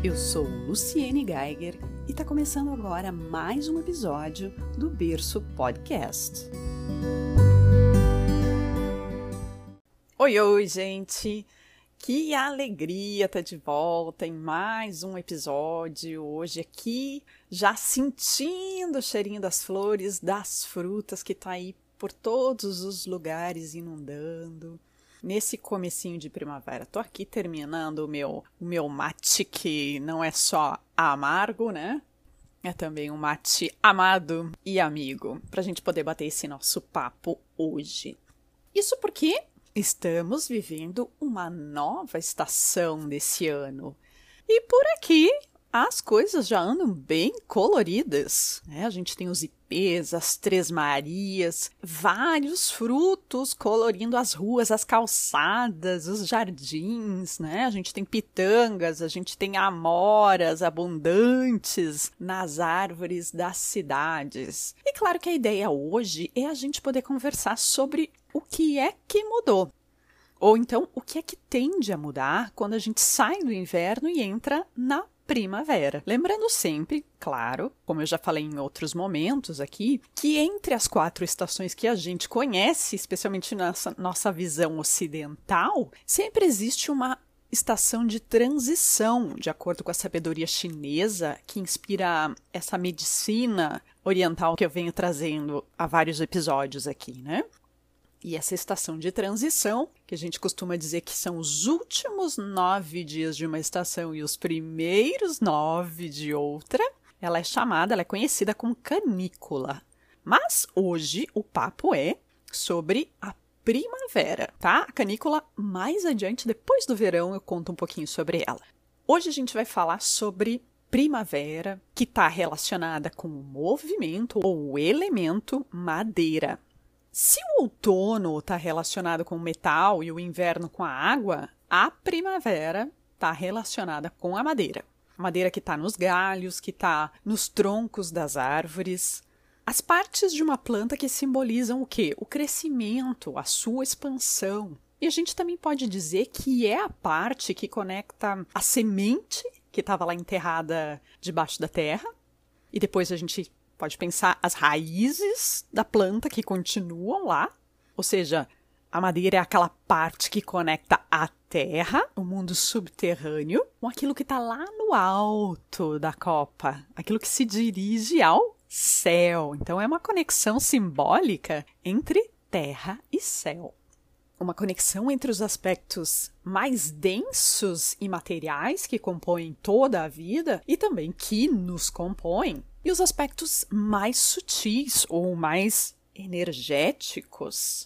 Eu sou Luciene Geiger e está começando agora mais um episódio do Berço Podcast. Oi, gente! Que alegria estar de volta em mais um episódio hoje aqui, já sentindo o cheirinho das flores, das frutas que está aí por todos os lugares inundando. Nesse comecinho de primavera, tô aqui terminando o meu mate, que não é só amargo, né? É também um mate amado e amigo, pra gente poder bater esse nosso papo hoje. Isso porque estamos vivendo uma nova estação desse ano. E por aqui as coisas já andam bem coloridas, né? A gente tem os ipês, as Três Marias, vários frutos colorindo as ruas, as calçadas, os jardins, né? A gente tem pitangas, a gente tem amoras abundantes nas árvores das cidades. E claro que a ideia hoje é a gente poder conversar sobre o que é que mudou. Ou então, o que é que tende a mudar quando a gente sai do inverno e entra na primavera. Lembrando sempre, claro, como eu já falei em outros momentos aqui, que entre as 4 estações que a gente conhece, especialmente nessa nossa visão ocidental, sempre existe uma estação de transição, de acordo com a sabedoria chinesa, que inspira essa medicina oriental que eu venho trazendo há vários episódios aqui, né? E essa estação de transição, que a gente costuma dizer que são os últimos 9 dias de uma estação e os primeiros 9 de outra, ela é conhecida como canícula. Mas hoje o papo é sobre a primavera, tá? A canícula, mais adiante, depois do verão, eu conto um pouquinho sobre ela. Hoje a gente vai falar sobre primavera, que está relacionada com o movimento ou o elemento madeira. Se o outono está relacionado com o metal e o inverno com a água, a primavera está relacionada com a madeira. A madeira que está nos galhos, que está nos troncos das árvores. As partes de uma planta que simbolizam o quê? O crescimento, a sua expansão. E a gente também pode dizer que é a parte que conecta a semente, que estava lá enterrada debaixo da terra, e depois a gente pode pensar as raízes da planta que continuam lá, ou seja, a madeira é aquela parte que conecta a terra, o mundo subterrâneo, com aquilo que está lá no alto da copa, aquilo que se dirige ao céu. Então é uma conexão simbólica entre terra e céu. Uma conexão entre os aspectos mais densos e materiais que compõem toda a vida e também que nos compõem, e os aspectos mais sutis ou mais energéticos.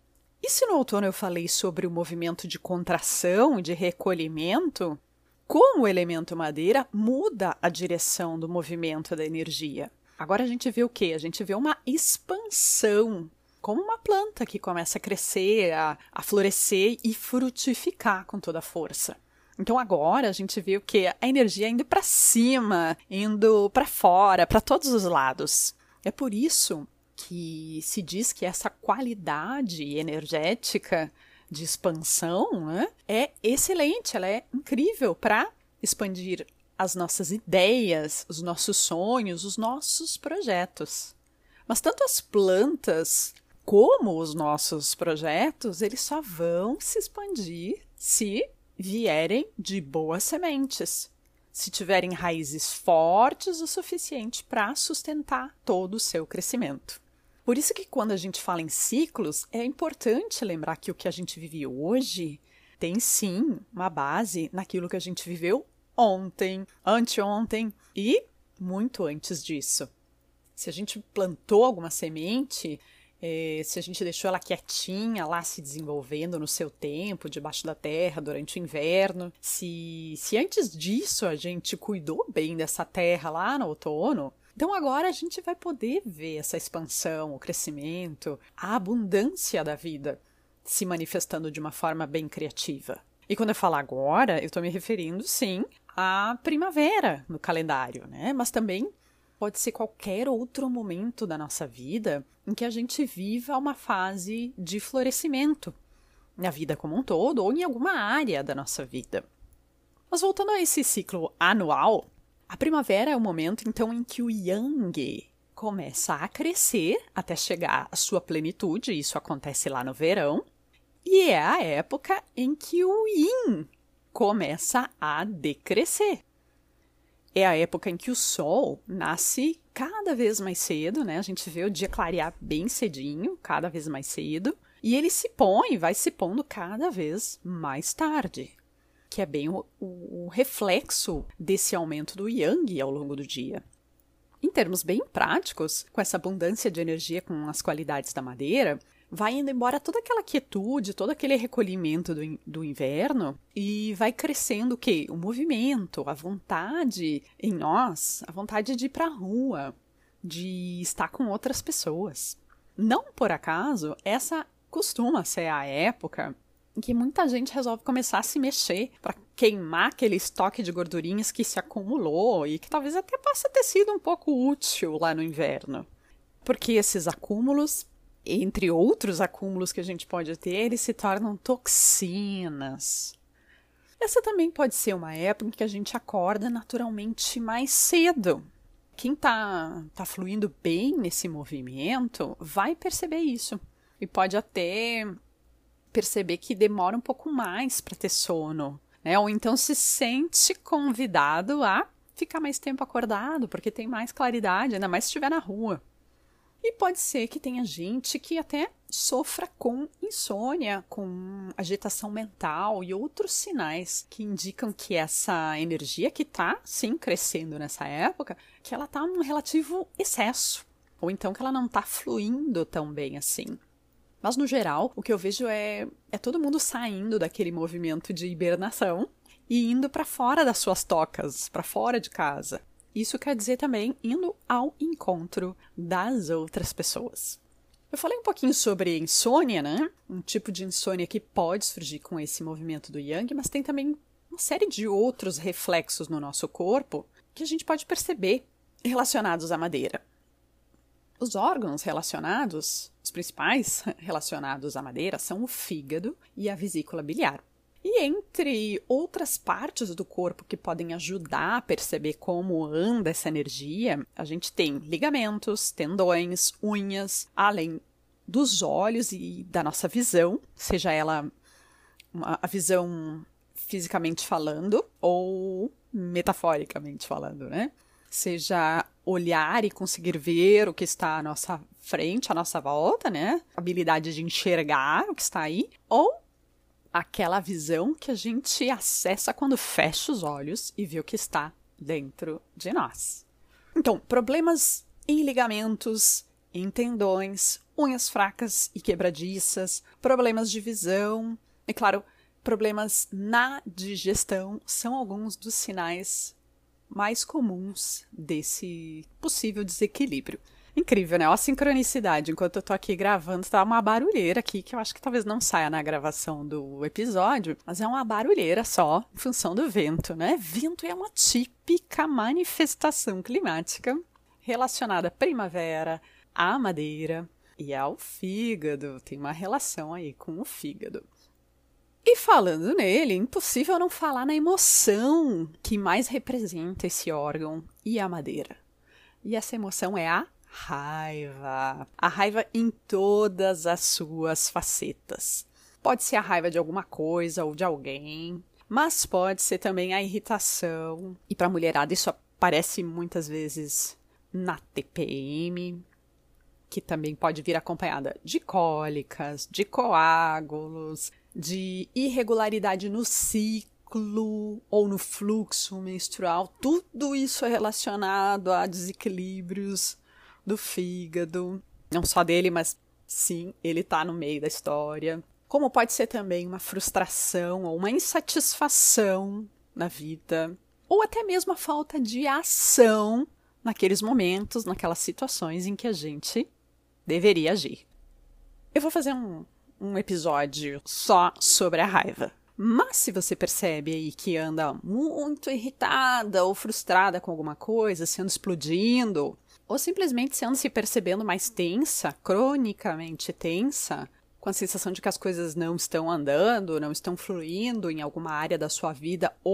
E se no outono eu falei sobre o movimento de contração e de recolhimento, como o elemento madeira muda a direção do movimento da energia? Agora a gente vê o quê? A gente vê uma expansão, como uma planta que começa a crescer, a florescer e frutificar com toda a força. Então agora a gente vê o que? A energia indo para cima, indo para fora, para todos os lados. É por isso que se diz que essa qualidade energética de expansão, né, é excelente, ela é incrível para expandir as nossas ideias, os nossos sonhos, os nossos projetos. Mas tanto as plantas como os nossos projetos, eles só vão se expandir se vierem de boas sementes, se tiverem raízes fortes o suficiente para sustentar todo o seu crescimento. Por isso que quando a gente fala em ciclos, é importante lembrar que o que a gente vive hoje tem sim uma base naquilo que a gente viveu ontem, anteontem e muito antes disso. Se a gente plantou alguma semente, se a gente deixou ela quietinha lá se desenvolvendo no seu tempo, debaixo da terra, durante o inverno, se antes disso a gente cuidou bem dessa terra lá no outono, então agora a gente vai poder ver essa expansão, o crescimento, a abundância da vida se manifestando de uma forma bem criativa. E quando eu falo agora, eu estou me referindo, sim, à primavera no calendário, né? Mas também pode ser qualquer outro momento da nossa vida em que a gente viva uma fase de florescimento, na vida como um todo ou em alguma área da nossa vida. Mas voltando a esse ciclo anual, a primavera é o momento então em que o Yang começa a crescer até chegar à sua plenitude, isso acontece lá no verão, e é a época em que o Yin começa a decrescer. É a época em que o Sol nasce cada vez mais cedo, né? A gente vê o dia clarear bem cedinho, cada vez mais cedo, e ele vai se pondo cada vez mais tarde, que é bem o reflexo desse aumento do Yang ao longo do dia. Em termos bem práticos, com essa abundância de energia com as qualidades da madeira, vai indo embora toda aquela quietude, todo aquele recolhimento do inverno e vai crescendo o quê? O movimento, a vontade em nós, a vontade de ir para a rua, de estar com outras pessoas. Não por acaso, essa costuma ser a época em que muita gente resolve começar a se mexer para queimar aquele estoque de gordurinhas que se acumulou e que talvez até possa ter sido um pouco útil lá no inverno. Porque esses acúmulos, entre outros acúmulos que a gente pode ter, eles se tornam toxinas. Essa também pode ser uma época em que a gente acorda naturalmente mais cedo. Quem tá fluindo bem nesse movimento vai perceber isso. E pode até perceber que demora um pouco mais para ter sono, né? Ou então se sente convidado a ficar mais tempo acordado, porque tem mais claridade, ainda mais se estiver na rua. E pode ser que tenha gente que até sofra com insônia, com agitação mental e outros sinais que indicam que essa energia que está, sim, crescendo nessa época, que ela está num relativo excesso, ou então que ela não está fluindo tão bem assim. Mas, no geral, o que eu vejo é todo mundo saindo daquele movimento de hibernação e indo para fora das suas tocas, para fora de casa. Isso quer dizer também indo ao encontro das outras pessoas. Eu falei um pouquinho sobre insônia, né? Um tipo de insônia que pode surgir com esse movimento do Yang, mas tem também uma série de outros reflexos no nosso corpo que a gente pode perceber relacionados à madeira. Os órgãos relacionados, os principais relacionados à madeira, são o fígado e a vesícula biliar. E entre outras partes do corpo que podem ajudar a perceber como anda essa energia, a gente tem ligamentos, tendões, unhas, além dos olhos e da nossa visão, seja ela a visão fisicamente falando ou metaforicamente falando, né? Seja olhar e conseguir ver o que está à nossa frente, à nossa volta, né? Habilidade de enxergar o que está aí, ou aquela visão que a gente acessa quando fecha os olhos e vê o que está dentro de nós. Então, problemas em ligamentos, em tendões, unhas fracas e quebradiças, problemas de visão, e claro, problemas na digestão são alguns dos sinais mais comuns desse possível desequilíbrio. Incrível, né? Ó, a sincronicidade. Enquanto eu tô aqui gravando, tá uma barulheira aqui, que eu acho que talvez não saia na gravação do episódio, mas é uma barulheira só, em função do vento, né? Vento é uma típica manifestação climática relacionada à primavera, à madeira e ao fígado. Tem uma relação aí com o fígado. E falando nele, é impossível não falar na emoção que mais representa esse órgão e a madeira. E essa emoção é a raiva. A raiva em todas as suas facetas. Pode ser a raiva de alguma coisa ou de alguém, mas pode ser também a irritação. E para a mulherada isso aparece muitas vezes na TPM, que também pode vir acompanhada de cólicas, de coágulos, de irregularidade no ciclo ou no fluxo menstrual. Tudo isso é relacionado a desequilíbrios do fígado. Não só dele, mas sim, ele está no meio da história. Como pode ser também uma frustração ou uma insatisfação na vida. Ou até mesmo a falta de ação naqueles momentos, naquelas situações em que a gente deveria agir. Eu vou fazer um episódio só sobre a raiva. Mas se você percebe aí que anda muito irritada ou frustrada com alguma coisa, se anda explodindo, ou simplesmente se anda se percebendo mais tensa, cronicamente tensa, com a sensação de que as coisas não estão andando, não estão fluindo em alguma área da sua vida, ou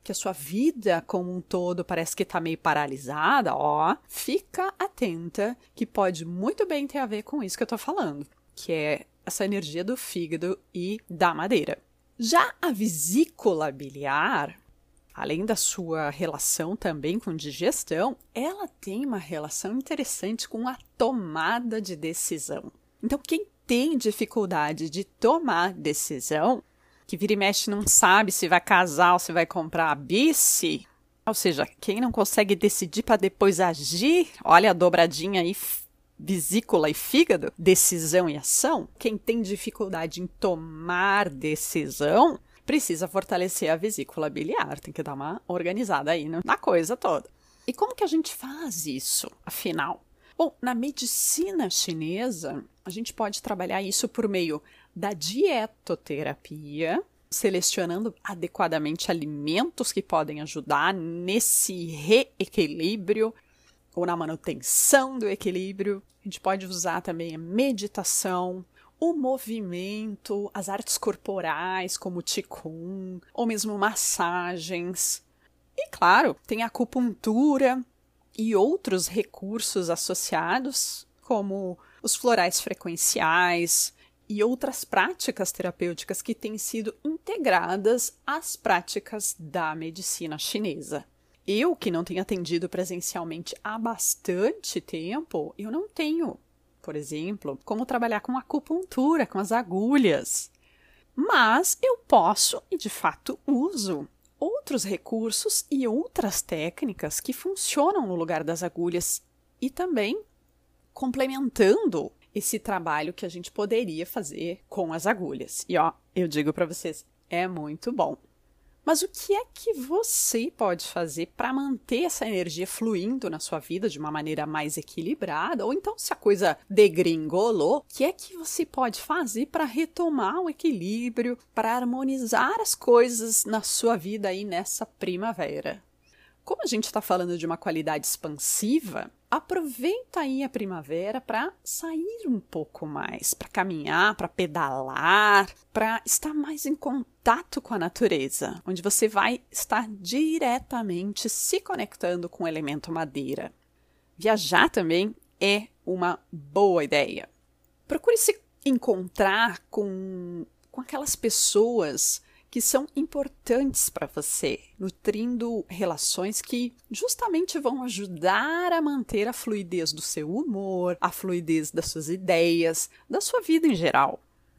que a sua vida como um todo parece que está meio paralisada, ó, fica atenta que pode muito bem ter a ver com isso que eu estou falando, que é essa energia do fígado e da madeira. Já a vesícula biliar, além da sua relação também com digestão, ela tem uma relação interessante com a tomada de decisão. Então, quem tem dificuldade de tomar decisão, que vira e mexe não sabe se vai casar ou se vai comprar a bici, ou seja, quem não consegue decidir para depois agir, olha a dobradinha aí, vesícula e fígado, decisão e ação, quem tem dificuldade em tomar decisão, precisa fortalecer a vesícula biliar, tem que dar uma organizada aí na coisa toda. E como que a gente faz isso, afinal? Bom, na medicina chinesa, a gente pode trabalhar isso por meio da dietoterapia, selecionando adequadamente alimentos que podem ajudar nesse reequilíbrio ou na manutenção do equilíbrio. A gente pode usar também a meditação, o movimento, as artes corporais, como o Qigong, ou mesmo massagens. E, claro, tem a acupuntura e outros recursos associados, como os florais frequenciais e outras práticas terapêuticas que têm sido integradas às práticas da medicina chinesa. Eu, que não tenho atendido presencialmente há bastante tempo, eu não tenho, por exemplo, como trabalhar com acupuntura, com as agulhas. Mas eu posso, e de fato uso, outros recursos e outras técnicas que funcionam no lugar das agulhas e também complementando esse trabalho que a gente poderia fazer com as agulhas. E ó, eu digo para vocês, é muito bom. Mas o que é que você pode fazer para manter essa energia fluindo na sua vida de uma maneira mais equilibrada? Ou então, se a coisa degringolou, o que é que você pode fazer para retomar o equilíbrio, para harmonizar as coisas na sua vida aí nessa primavera? Como a gente está falando de uma qualidade expansiva, aproveita aí a primavera para sair um pouco mais, para caminhar, para pedalar, para estar mais em contato com a natureza, onde você vai estar diretamente se conectando com o elemento madeira. Viajar também é uma boa ideia. Procure se encontrar com aquelas pessoas que são importantes para você, nutrindo relações que justamente vão ajudar a manter a fluidez do seu humor, a fluidez das suas ideias, da sua vida em geral.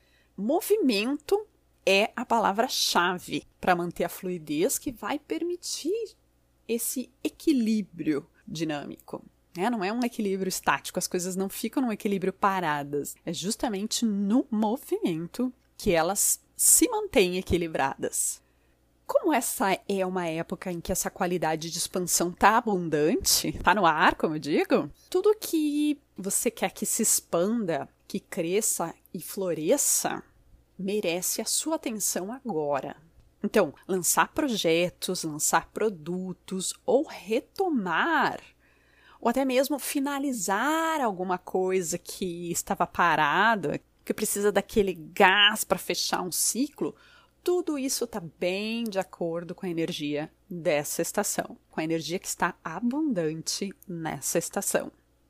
Movimento é a palavra-chave para manter a fluidez que vai permitir esse equilíbrio dinâmico. Não é um equilíbrio estático, as coisas não ficam num equilíbrio paradas. É justamente no movimento que elas se mantêm equilibradas. Como essa é uma época em que essa qualidade de expansão está abundante, está no ar, como eu digo, tudo que você quer que se expanda, que cresça e floresça, merece a sua atenção agora. Então, lançar projetos, lançar produtos ou retomar, ou até mesmo finalizar alguma coisa que estava parada, que precisa daquele gás para fechar um ciclo, tudo isso está bem de acordo com a energia dessa estação, com a energia que está abundante nessa estação.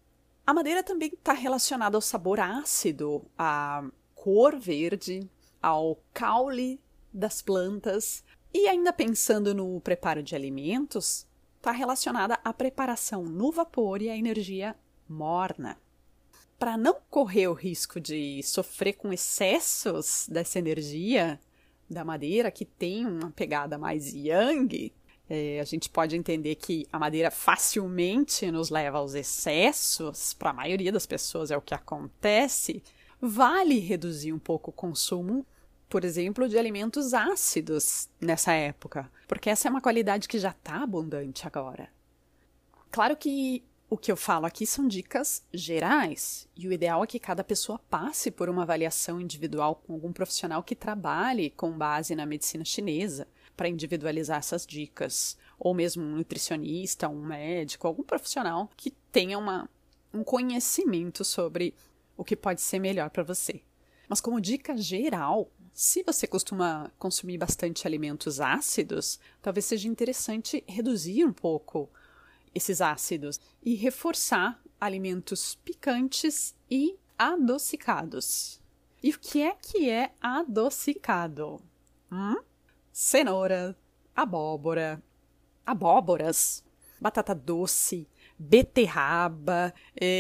A madeira também está relacionada ao sabor ácido, à cor verde, ao caule das plantas e ainda pensando no preparo de alimentos, está relacionada à preparação no vapor e à energia morna. Para não correr o risco de sofrer com excessos dessa energia da madeira, que tem uma pegada mais yang, a gente pode entender que a madeira facilmente nos leva aos excessos, para a maioria das pessoas é o que acontece, vale reduzir um pouco o consumo, por exemplo, de alimentos ácidos nessa época, porque essa é uma qualidade que já está abundante agora. Claro que o que eu falo aqui são dicas gerais, e o ideal é que cada pessoa passe por uma avaliação individual com algum profissional que trabalhe com base na medicina chinesa para individualizar essas dicas, ou mesmo um nutricionista, um médico, algum profissional que tenha um conhecimento sobre o que pode ser melhor para você. Mas como dica geral, se você costuma consumir bastante alimentos ácidos, talvez seja interessante reduzir um pouco esses ácidos e reforçar alimentos picantes e adocicados. E o que é adocicado? Cenoura, abóboras, batata doce, beterraba,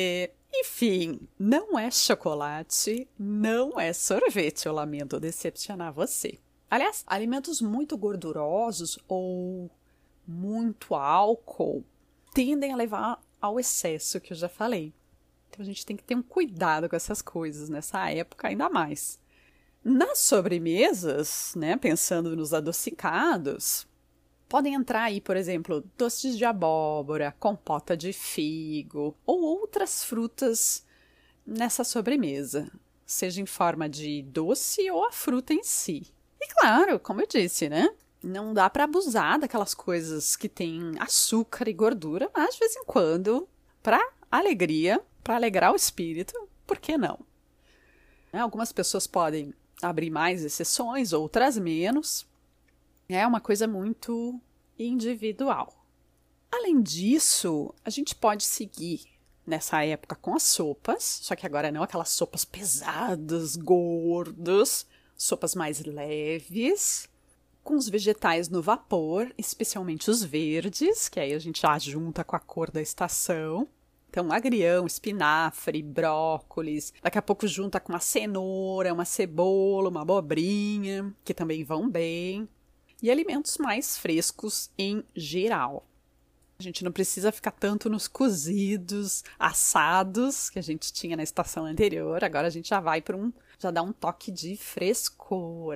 enfim, não é chocolate, não é sorvete, eu lamento decepcionar você. Aliás, alimentos muito gordurosos ou muito álcool tendem a levar ao excesso, que eu já falei. Então a gente tem que ter um cuidado com essas coisas, nessa época ainda mais. Nas sobremesas, né, pensando nos adocicados, podem entrar aí, por exemplo, doces de abóbora, compota de figo ou outras frutas nessa sobremesa, seja em forma de doce ou a fruta em si. E claro, como eu disse, né? Não dá para abusar daquelas coisas que têm açúcar e gordura, mas de vez em quando, para alegria, para alegrar o espírito, por que não? Algumas pessoas podem abrir mais exceções, outras menos. É uma coisa muito individual. Além disso, a gente pode seguir nessa época com as sopas, só que agora não aquelas sopas pesadas, gordas, sopas mais leves, com os vegetais no vapor, especialmente os verdes, que aí a gente já junta com a cor da estação. Então, agrião, espinafre, brócolis, daqui a pouco junta com uma cenoura, uma cebola, uma abobrinha, que também vão bem. E alimentos mais frescos em geral. A gente não precisa ficar tanto nos cozidos, assados, que a gente tinha na estação anterior. Agora a gente já vai para já dá um toque de frescor.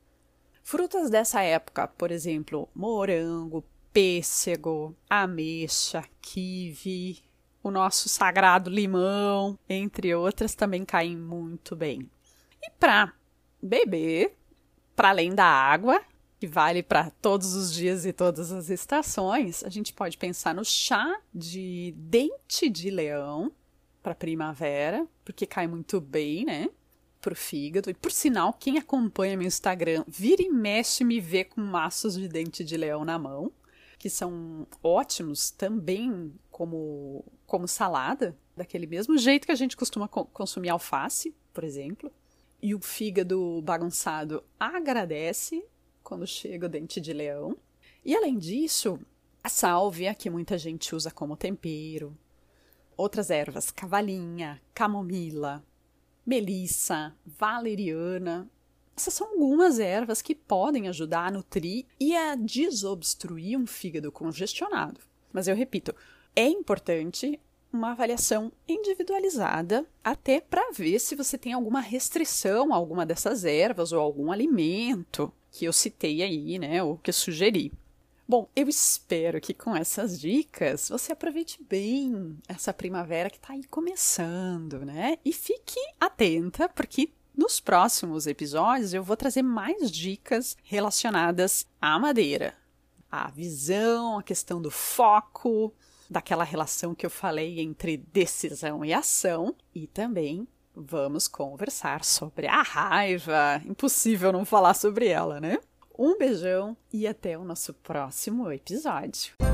Frutas dessa época, por exemplo, morango, pêssego, ameixa, kiwi, o nosso sagrado limão, entre outras, também caem muito bem. E para beber, para além da água, que vale para todos os dias e todas as estações, a gente pode pensar no chá de dente de leão para primavera, porque cai muito bem, né? Para o fígado. E por sinal, quem acompanha meu Instagram, vira e mexe me vê com maços de dente de leão na mão, que são ótimos também como salada, daquele mesmo jeito que a gente costuma consumir alface, por exemplo. E o fígado bagunçado agradece quando chega o dente de leão. E além disso, a sálvia, que muita gente usa como tempero. Outras ervas, cavalinha, camomila, melissa, valeriana. Essas são algumas ervas que podem ajudar a nutrir e a desobstruir um fígado congestionado. Mas eu repito, é importante uma avaliação individualizada até para ver se você tem alguma restrição a alguma dessas ervas ou algum alimento que eu citei aí, né, ou que eu sugeri. Bom, eu espero que com essas dicas você aproveite bem essa primavera que está aí começando, né? E fique atenta, porque nos próximos episódios eu vou trazer mais dicas relacionadas à madeira. A visão, a questão do foco, daquela relação que eu falei entre decisão e ação, e também vamos conversar sobre a raiva. Impossível não falar sobre ela, né? Um beijão e até o nosso próximo episódio.